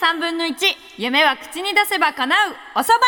3分の1、夢は口に出せば叶うおそばん。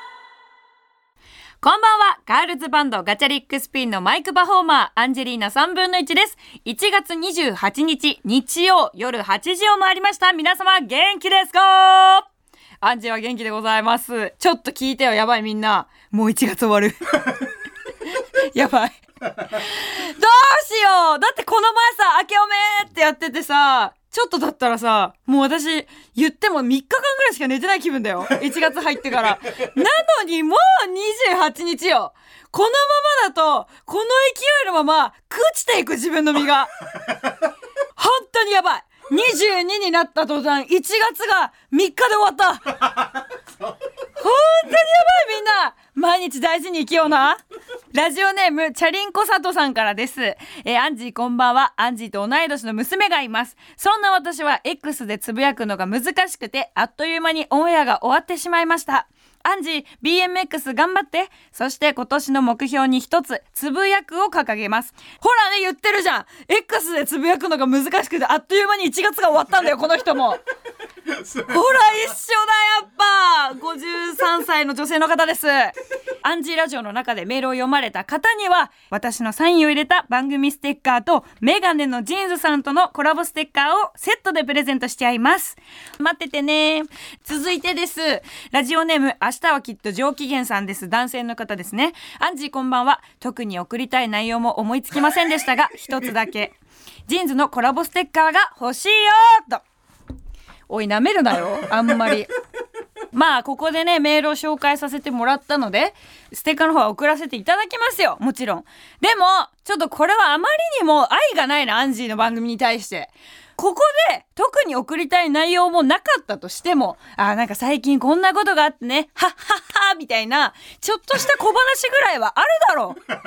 こんばんは。ガールズバンドガチャリックスピンのマイクパフォーマーアンジェリーナ3分の1です。1月28日日曜夜8時を回りました。皆様元気ですか？アンジェは元気でございます。ちょっと聞いてよ。やばい、みんなもう1月終わるやばいどうしよう。だってこの前さ、明けおめってやっててさ、ちょっとだったらさ、もう私言っても3日間ぐらいしか寝てない気分だよ。1月入ってからなのにもう28日よ。このままだとこの勢いのまま朽ちていく自分の身が本当にやばい。22になった途端1月が3日で終わった本当にやばい。みんな毎日大事に生きような。ラジオネームチャリンコ佐藤さんからです。アンジーこんばんは。アンジーと同い年の娘がいます。そんな私は X でつぶやくのが難しくて、あっという間にオンエアが終わってしまいました。アンジー BMX 頑張って。そして今年の目標に一つつぶやくを掲げます。ほらね、言ってるじゃん。 X でつぶやくのが難しくてあっという間に1月が終わったんだよ、この人もほら一緒だ。やっぱ53歳の女性の方です。アンジーラジオの中でメールを読まれた方には私のサインを入れた番組ステッカーとメガネのジーンズさんとのコラボステッカーをセットでプレゼントしちゃいます。待っててね。続いてです。ラジオネーム明日はきっと上機嫌さんです。男性の方ですね。アンジーこんばんは。特に送りたい内容も思いつきませんでしたが一つだけジーンズのコラボステッカーが欲しいよと。おい、なめるなよ、あんまりまあここでねメールを紹介させてもらったのでステッカーの方は送らせていただきますよ、もちろん。でもちょっとこれはあまりにも愛がないな、アンジーの番組に対して。ここで特に送りたい内容もなかったとしても、なんか最近こんなことがあってね、はっはっはみたいなちょっとした小話ぐらいはあるだろう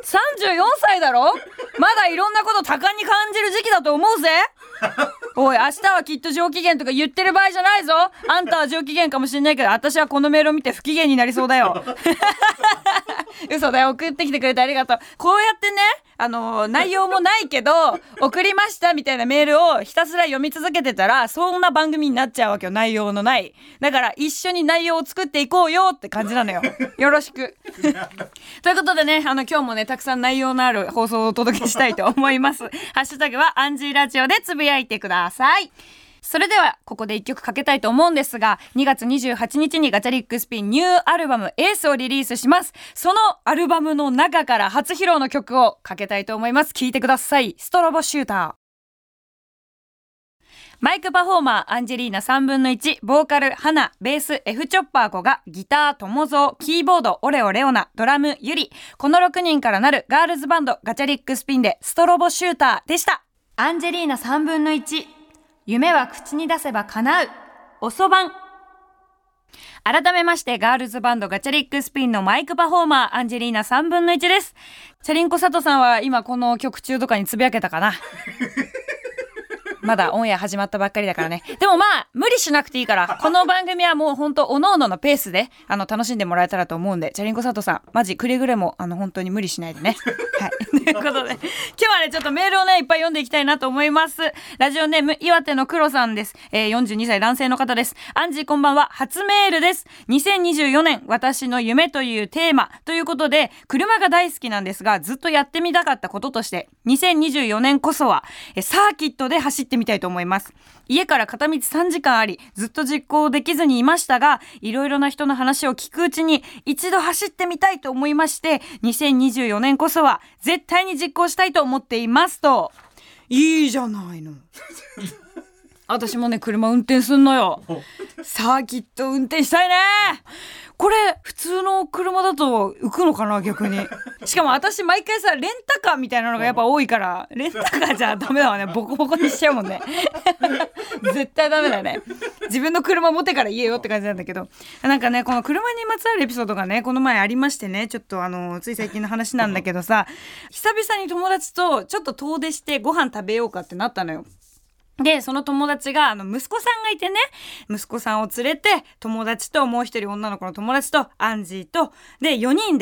34歳だろ。まだいろんなこと多感に感じる時期だと思うぜおい、明日はきっと上機嫌とか言ってる場合じゃないぞ。あんたは上機嫌かもしれないけど私はこのメールを見て不機嫌になりそうだよ嘘だよ、送ってきてくれてありがとう。こうやってね、内容もないけど送りましたみたいなメールをひたすら読み続けてたらそんな番組になっちゃうわけよ、内容のない。だから一緒に内容を作っていこうよって感じなのよよろしくということでね、今日もねたくさん内容のある放送をお届けしたいと思いますハッシュタグはアンジーラジオでつぶやいてください。それではここで1曲かけたいと思うんですが、2月28日にガチャリックスピンニューアルバムエースをリリースします。そのアルバムの中から初披露の曲をかけたいと思います。聴いてください。ストロボシューター。マイクパフォーマーアンジェリーナ3分の1、ボーカル花、ベース F チョッパー子が、ギター友蔵、キーボードオレオレオナ、ドラムユリ、この6人からなるガールズバンドガチャリックスピンでストロボシューターでした。アンジェリーナ3分の1、夢は口に出せば叶うおそばん。改めましてガールズバンドガチャリックスピンのマイクパフォーマーアンジェリーナ3分の1です。チャリンコ佐藤さんは今この曲中とかにつぶやけたかなまだオンエア始まったばっかりだからね。でもまあ無理しなくていいから、この番組はもうほんとおのおののペースで楽しんでもらえたらと思うんで、チャリンコ佐藤さんマジくれぐれも本当に無理しないでねはいということで今日はねちょっとメールをねいっぱい読んでいきたいなと思います。ラジオネーム岩手の黒さんです。42歳男性の方です。アンジーこんばんは。初メールです。2024年私の夢というテーマということで、車が大好きなんですがずっとやってみたかったこととして2024年こそはサーキットで走ってみたいと思います。家から片道3時間ありずっと実行できずにいましたが、いろいろな人の話を聞くうちに一度走ってみたいと思いまして、2024年こそは絶対に実行したいと思っていますと。いいじゃないの私もね車運転すんのよ。サーキット運転したいね。これ普通の車だと浮くのかな、逆に。しかも私毎回さレンタカーみたいなのがやっぱ多いから、レンタカーじゃダメだわね。ボコボコにしちゃうもんね絶対ダメだよね。自分の車持ってから言えよって感じなんだけど、なんかねこの車にまつわるエピソードがねこの前ありましてね、ちょっとつい最近の話なんだけどさ、久々に友達とちょっと遠出してご飯食べようかってなったのよ。でその友達が息子さんがいてね、息子さんを連れて友達ともう一人女の子の友達とアンジーとで4人で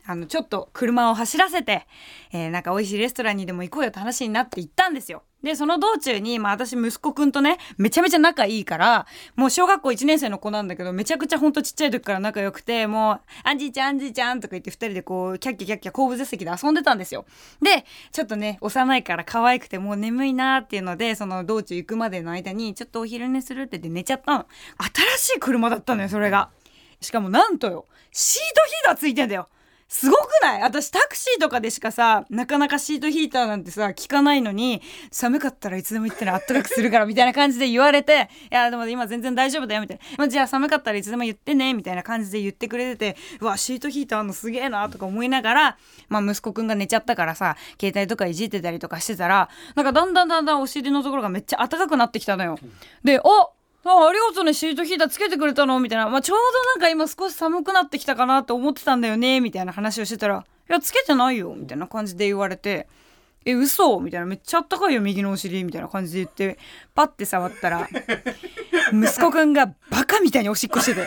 ちょっと車を走らせて、なんか美味しいレストランにでも行こうよって話になって行ったんですよ。で、その道中に、私息子くんとね、めちゃめちゃ仲いいから、もう小学校1年生の子なんだけど、めちゃくちゃほんとちっちゃい時から仲良くて、もう、アンジーちゃん、アンジーちゃんとか言って2人でこう、キャッキャキャッキャ後部座席で遊んでたんですよ。で、ちょっとね、幼いから可愛くてもう眠いなーっていうので、その道中行くまでの間に、ちょっとお昼寝するって言って寝ちゃったの。新しい車だったのよ、それが。しかもなんとよ、シートヒーターついてんだよ。すごくない？私タクシーとかでしかさ、なかなかシートヒーターなんてさ、聞かないのに、寒かったらいつでも言ってね、あったかくするからみたいな感じで言われて、いやでも今全然大丈夫だよみたいな。じゃあ寒かったらいつでも言ってねみたいな感じで言ってくれてて、うわ、シートヒーターあんのすげえなとか思いながら、息子くんが寝ちゃったからさ、携帯とかいじってたりとかしてたら、なんかだんだんお尻のところがめっちゃ暖かくなってきたのよ。で、ありがとうね、シートヒーターつけてくれたのみたいな。ちょうどなんか今少し寒くなってきたかなって思ってたんだよねみたいな話をしてたら、いや、つけてないよみたいな感じで言われて、嘘みたいな、めっちゃあったかいよ右のお尻みたいな感じで言って、パッて触ったら、息子くんがバカみたいにおしっこしてて。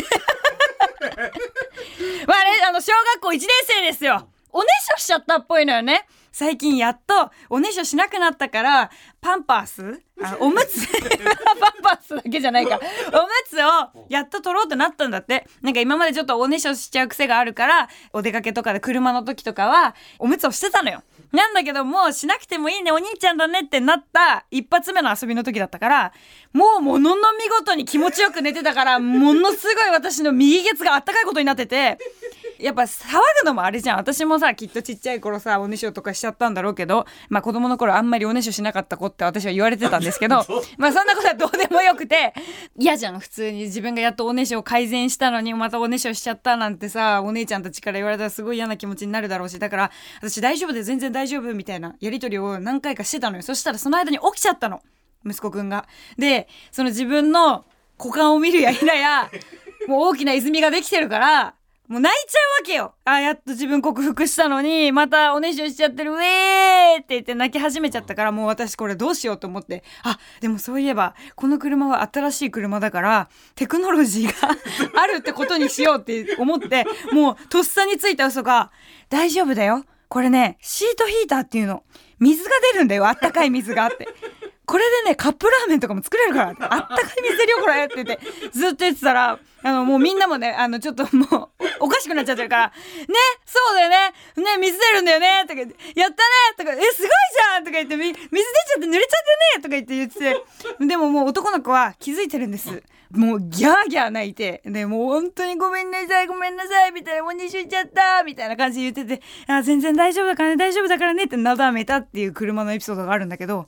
小学校1年生ですよ。おねしょしちゃったっぽいのよね。最近やっとおねしょしなくなったから、パンパースおむつパンパースだけじゃないか、おむつをやっと取ろうとなったんだって。なんか今までちょっとおねしょしちゃう癖があるから、お出かけとかで車の時とかはおむつをしてたのよ。なんだけど、もうしなくてもいいね、お兄ちゃんだねってなった一発目の遊びの時だったから、もうものの見事に気持ちよく寝てたから、ものすごい私の右ケツがあったかいことになってて、やっぱ騒ぐのもあれじゃん。私もさ、きっとちっちゃい頃さ、おねしょとかしちゃったんだろうけど、子供の頃あんまりおねしょしなかった子って私は言われてたんですけど、そんなことはどうでもよくて、嫌じゃん。普通に自分がやっとおねしょを改善したのにまたおねしょしちゃったなんてさ、お姉ちゃんたちから言われたらすごい嫌な気持ちになるだろうし、だから私大丈夫で全然大丈夫みたいなやりとりを何回かしてたのよ。そしたらその間に起きちゃったの、息子くんが。で、その自分の股間を見るや否や、もう大きな泉ができてるから、もう泣いちゃうわけよ。やっと自分克服したのに、またおねしょしちゃってる、ウェーって言って泣き始めちゃったから、もう私これどうしようと思って、でもそういえば、この車は新しい車だから、テクノロジーがあるってことにしようって思って、もうとっさについた嘘が、大丈夫だよ。これね、シートヒーターっていうの。水が出るんだよ、あったかい水があって。これでね、カップラーメンとかも作れるからって、あったかい水出るよこれって言ってずっと言ってたら、もうみんなもね、ちょっともうおかしくなっちゃってるから、ね、そうだよね、ね、水出るんだよねとか言って、やったねとか、すごいじゃんとか言って、水出ちゃって濡れちゃってねとか言ってて、でももう男の子は気づいてるんです。もうギャーギャー泣いて、でもう本当にごめんなさいみたいな、おねしょしちゃったみたいな感じで言ってて、全然大丈夫だからねってなだめたっていう車のエピソードがあるんだけど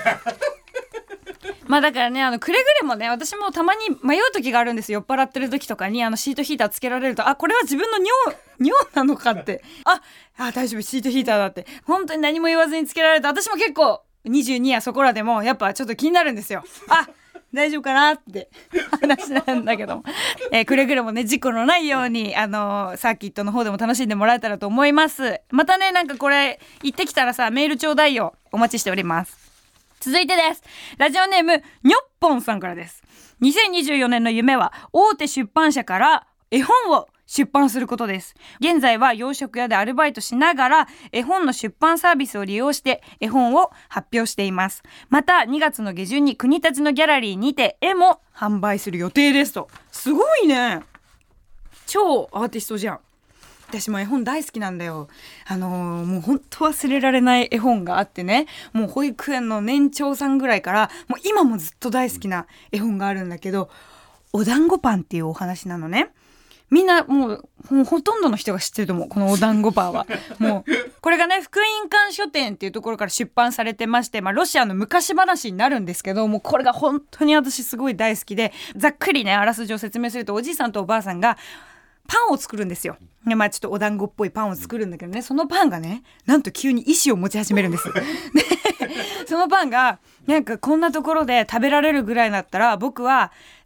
だからね、くれぐれもね、私もたまに迷う時があるんですよ。酔っ払ってる時とかにシートヒーターつけられると、これは自分の尿なのかって大丈夫、シートヒーターだって本当に何も言わずにつけられると、私も結構22やそこらでもやっぱちょっと気になるんですよ。大丈夫かなって話なんだけど、くれぐれもね、事故のないようにサーキットの方でも楽しんでもらえたらと思います。またね、なんかこれ行ってきたらさ、メールちょうだいよ。お待ちしております。続いてです。ラジオネームにょっぽんさんからです。2024年の夢は大手出版社から絵本を出版することです。現在は洋食屋でアルバイトしながら絵本の出版サービスを利用して絵本を発表しています。また2月の下旬に国立のギャラリーにて絵も販売する予定ですと。すごいね、超アーティストじゃん。私も絵本大好きなんだよ。もう本当忘れられない絵本があってね、もう保育園の年長さんぐらいからもう今もずっと大好きな絵本があるんだけど、お団子パンっていうお話なのね。みんなもうほとんどの人が知ってると思う、このお団子パンは。もうこれがね、福音館書店っていうところから出版されてまして、ロシアの昔話になるんですけど、もうこれが本当に私すごい大好きで、ざっくりねあらすじを説明すると、おじいさんとおばあさんがパンを作るんですよ。ちょっとお団子っぽいパンを作るんだけどね、そのパンがね、なんと急に意志を持ち始めるんですで、そのパンがなんかこんなところで食べられるぐらいだったら僕は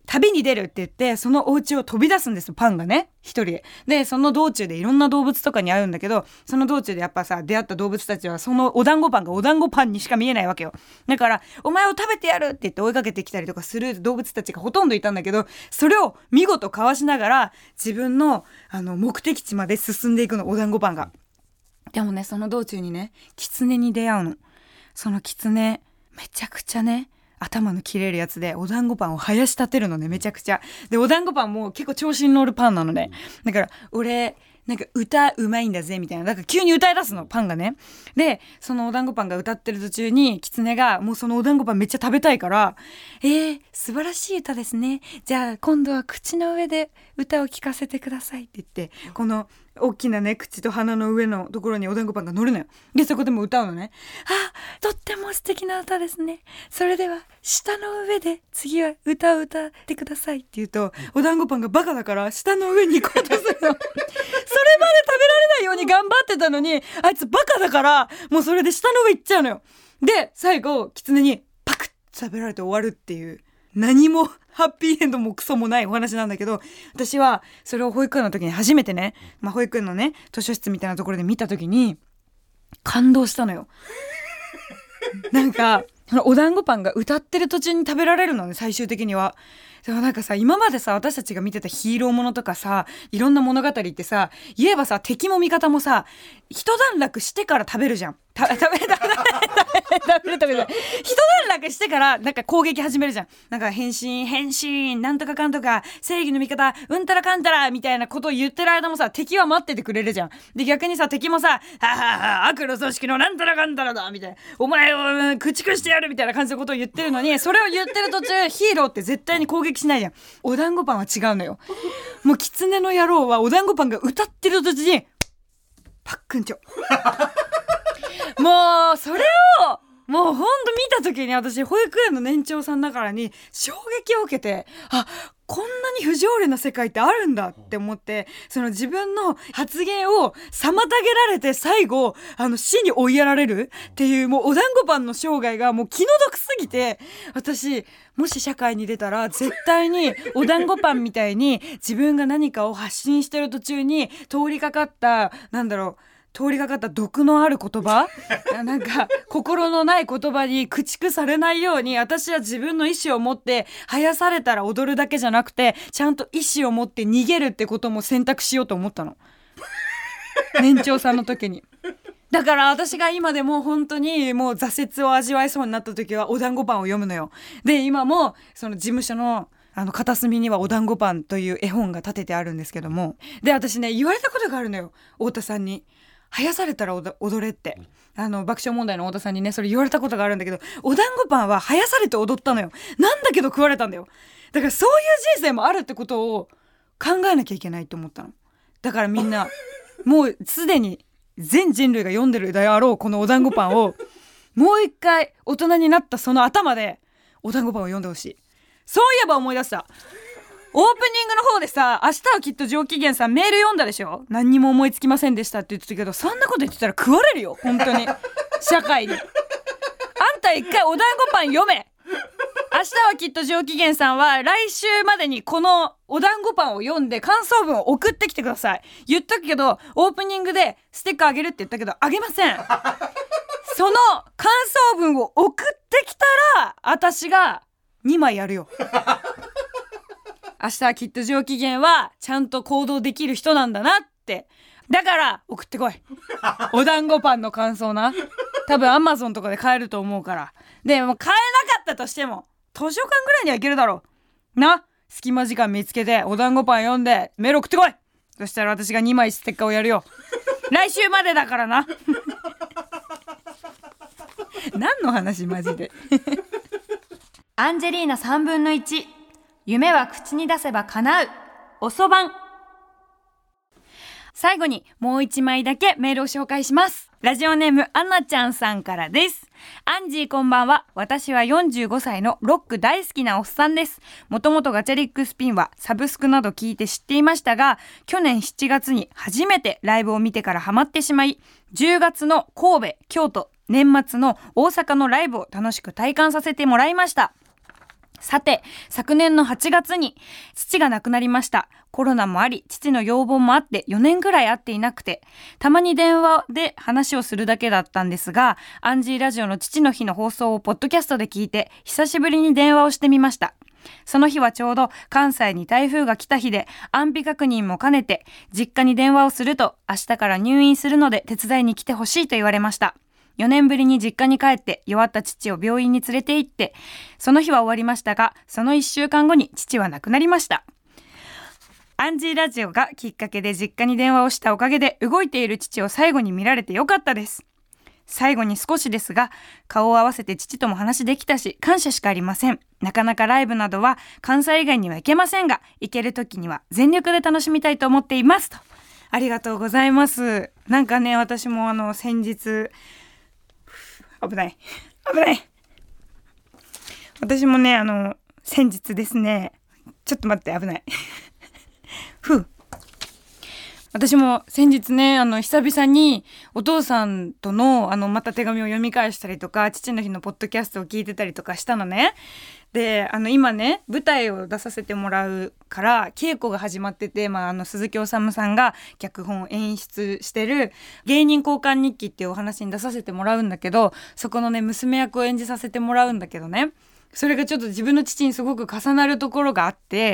旅に出るって言ってそのお家を飛び出すんですよ、パンがね、一人で。でその道中でいろんな動物とかに会うんだけど、その道中でやっぱさ出会った動物たちはそのお団子パンがお団子パンにしか見えないわけよ。だからお前を食べてやるって言って追いかけてきたりとかする動物たちがほとんどいたんだけど、それを見事かわしながら自分の目的地まで進んでいくの、お団子パンが。でもね、その道中にね狐に出会うの。その狐めちゃくちゃね頭の切れるやつでお団子パンを生やし立てるのね、めちゃくちゃ。でお団子パンも結構調子に乗るパンなので、だから俺なんか歌うまいんだぜみたいな、だから急に歌い出すの、パンがね。でそのお団子パンが歌ってる途中に狐がもうそのお団子パンめっちゃ食べたいから、素晴らしい歌ですね、じゃあ今度は口の上で歌を聴かせてくださいって言って、この大きなね口と鼻の上のところにお団子パンが乗るのよ。でそこでも歌うのね。とっても素敵な歌ですね、それでは下の上で次は歌を歌ってくださいって言うと、お団子パンがバカだから下の上に行こうとするのそれまで食べられないように頑張ってたのに、あいつバカだからもうそれで下の上行っちゃうのよ。で最後狐にパクッと食べられて終わるっていう、何もハッピーエンドもクソもないお話なんだけど、私はそれを保育園の時に初めてね、保育園のね図書室みたいなところで見た時に感動したのよなんかお団子パンが歌ってる途中に食べられるのね、最終的には。でもなんかさ、今までさ私たちが見てたヒーローものとかさ、いろんな物語ってさ、言えばさ敵も味方もさ一段落してから食べるじゃん。食べる一段落してからなんか攻撃始めるじゃん。なんか変身なんとかかんとか正義の味方うんたらかんたらみたいなことを言ってる間もさ敵は待っててくれるじゃん。で逆にさ敵もさ悪の組織のなんたらかんたらだみたいな、お前を駆逐してやるみたいな感じのことを言ってるのに、それを言ってる途中ヒーローって絶対に攻撃しないじゃん。お団子パンは違うのよ。もう狐の野郎はお団子パンが歌ってる途中にパックンチョもうそれをもうほんと見た時に私保育園の年長さんだからに衝撃を受けて、こんなに不条理な世界ってあるんだって思って、その自分の発言を妨げられて最後死に追いやられるっていう、もうお団子パンの生涯がもう気の毒すぎて、私もし社会に出たら絶対にお団子パンみたいに自分が何かを発信してる途中に通りかかった毒のある言葉なんか心のない言葉に駆逐されないように、私は自分の意思を持って生やされたら踊るだけじゃなくてちゃんと意思を持って逃げるってことも選択しようと思ったの年長さんの時に。だから私が今でも本当にもう挫折を味わいそうになった時はお団子パンを読むのよ。で今もその事務所の片隅にはお団子パンという絵本が立ててあるんですけども、で私ね言われたことがあるのよ、太田さんに。生やされたら踊れって爆笑問題の太田さんにねそれ言われたことがあるんだけど、お団子パンは生やされて踊ったのよ。なんだけど食われたんだよ。だからそういう人生もあるってことを考えなきゃいけないと思ったの。だからみんなもうすでに全人類が読んでるであろうこのお団子パンをもう一回大人になったその頭でお団子パンを読んでほしい。そういえば思い出した、オープニングの方でさ、明日はきっと上機嫌さんメール読んだでしょ。何にも思いつきませんでしたって言ってたけど、そんなこと言ってたら食われるよ本当に社会に。あんた一回お団子パン読め。明日はきっと上機嫌さんは来週までにこのお団子パンを読んで感想文を送ってきてください。言っとくけどオープニングでステッカーあげるって言ったけどあげませんその感想文を送ってきたら私が2枚やるよ明日はきっと上機嫌はちゃんと行動できる人なんだなって。だから送ってこいお団子パンの感想な。多分 Amazon とかで買えると思うから。でも買えなかったとしても図書館ぐらいには行けるだろうな。隙間時間見つけてお団子パン読んでメール送ってこい。そしたら私が2枚ステッカーをやるよ来週までだからな何の話マジでアンジェリーナ3分の1、夢は口に出せば叶う、おそばん。最後にもう1枚だけメールを紹介します。ラジオネームアンナちゃんさんからです。アンジーこんばんは。私は45歳のロック大好きなおっさんです。もともとガチャリックスピンはサブスクなど聞いて知っていましたが、去年7月に初めてライブを見てからハマってしまい、10月の神戸、京都、年末の大阪のライブを楽しく体感させてもらいました。 さて、昨年の8月に父が亡くなりました。コロナもあり、父の要望もあって4年ぐらい会っていなくて、たまに電話で話をするだけだったんですが、アンジーラジオの父の日の放送をポッドキャストで聞いて、久しぶりに電話をしてみました。その日はちょうど関西に台風が来た日で、安否確認も兼ねて実家に電話をすると、明日から入院するので手伝いに来てほしいと言われました。4年ぶりに実家に帰って弱った父を病院に連れて行って、その日は終わりましたが、その1週間後に父は亡くなりました。アンジーラジオがきっかけで実家に電話をしたおかげで、動いている父を最後に見られてよかったです。最後に少しですが、顔を合わせて父とも話できたし、感謝しかありません。なかなかライブなどは関西以外には行けませんが、行ける時には全力で楽しみたいと思っていますと。ありがとうございます。なんかね、私も先日、危ない私もね、先日ですね、ちょっと待って、危ない私も先日ね、久々にお父さんとのまた手紙を読み返したりとか、父の日のポッドキャストを聞いてたりとかしたのね。で、今ね、舞台を出させてもらうから稽古が始まってて、鈴木おさむさんが脚本演出してる芸人交換日記っていうお話に出させてもらうんだけど、そこのね、娘役を演じさせてもらうんだけどね、それがちょっと自分の父にすごく重なるところがあって、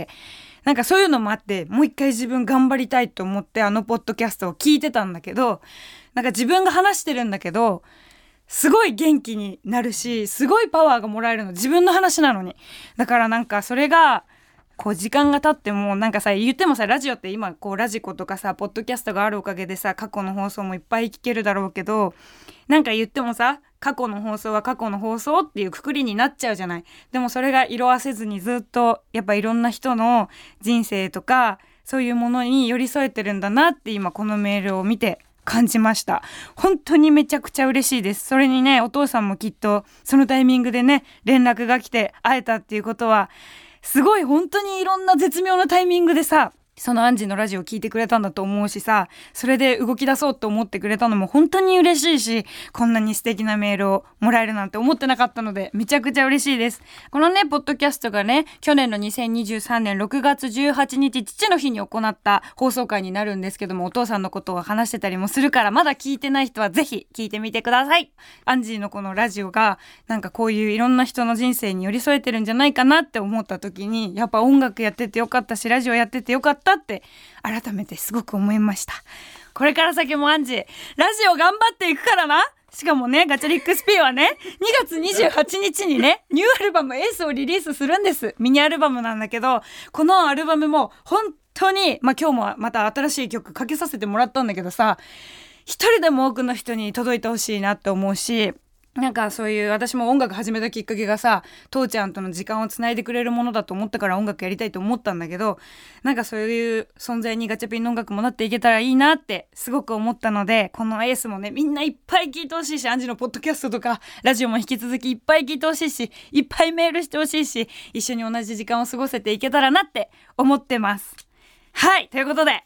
なんかそういうのもあって、もう一回自分頑張りたいと思ってポッドキャストを聞いてたんだけど、なんか自分が話してるんだけど、すごい元気になるし、すごいパワーがもらえるの、自分の話なのに。だからなんかそれがこう時間が経っても、なんかさ、言ってもさ、ラジオって今こうラジコとかさ、ポッドキャストがあるおかげでさ、過去の放送もいっぱい聞けるだろうけど、なんか言ってもさ、過去の放送は過去の放送っていうくくりになっちゃうじゃない。でもそれが色あせずにずっとやっぱいろんな人の人生とかそういうものに寄り添えてるんだなって今このメールを見て感じました。本当にめちゃくちゃ嬉しいです。それにね、お父さんもきっとそのタイミングでね、連絡が来て会えたっていうことは、すごい本当にいろんな絶妙なタイミングでさ、そのアンジーのラジオを聞いてくれたんだと思うしさ、それで動き出そうと思ってくれたのも本当に嬉しいし、こんなに素敵なメールをもらえるなんて思ってなかったので、めちゃくちゃ嬉しいです。このね、ポッドキャストがね、去年の2023年6月18日父の日に行った放送回になるんですけども、お父さんのことを話してたりもするから、まだ聞いてない人はぜひ聞いてみてください。アンジーのこのラジオがなんかこういういろんな人の人生に寄り添えてるんじゃないかなって思った時に、やっぱ音楽やっててよかったし、ラジオやっててよかったって改めてすごく思いました。これから先もアンジーラジオ頑張っていくからな。しかもね、ガチャリックスピンはね、2月28日にね、ニューアルバムエースをリリースするんです。ミニアルバムなんだけど、このアルバムも本当に、今日もまた新しい曲かけさせてもらったんだけどさ、一人でも多くの人に届いてほしいなって思うし、なんかそういう、私も音楽始めたきっかけがさ、父ちゃんとの時間をつないでくれるものだと思ったから音楽やりたいと思ったんだけど、なんかそういう存在にガチャピンの音楽もなっていけたらいいなってすごく思ったので、このエースもね、みんないっぱい聞いてほしいし、アンジのポッドキャストとかラジオも引き続きいっぱい聞いてほしいし、いっぱいメールしてほしいし、一緒に同じ時間を過ごせていけたらなって思ってます。はい、ということで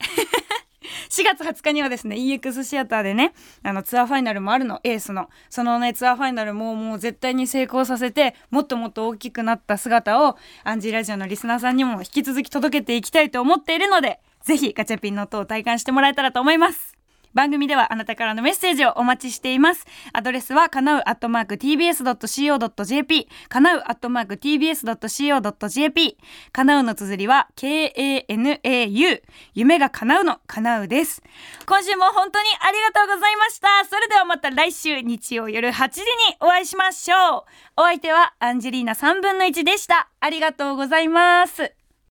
4月20日にはですね EX シアターでね、ツアーファイナルもあるの、エースのそのねツアーファイナルもう絶対に成功させて、もっともっと大きくなった姿をアンジーラジオのリスナーさんにも引き続き届けていきたいと思っているので、ぜひガチャピンの音を体感してもらえたらと思います。番組ではあなたからのメッセージをお待ちしています。アドレスはかなう@tbs.co.jp、 かなう@tbs.co.jp、 かなうの綴りは KANAU、 夢が叶うのかなうです。今週も本当にありがとうございました。それではまた来週日曜夜8時にお会いしましょう。お相手はアンジェリーナ1/3でした。ありがとうございます。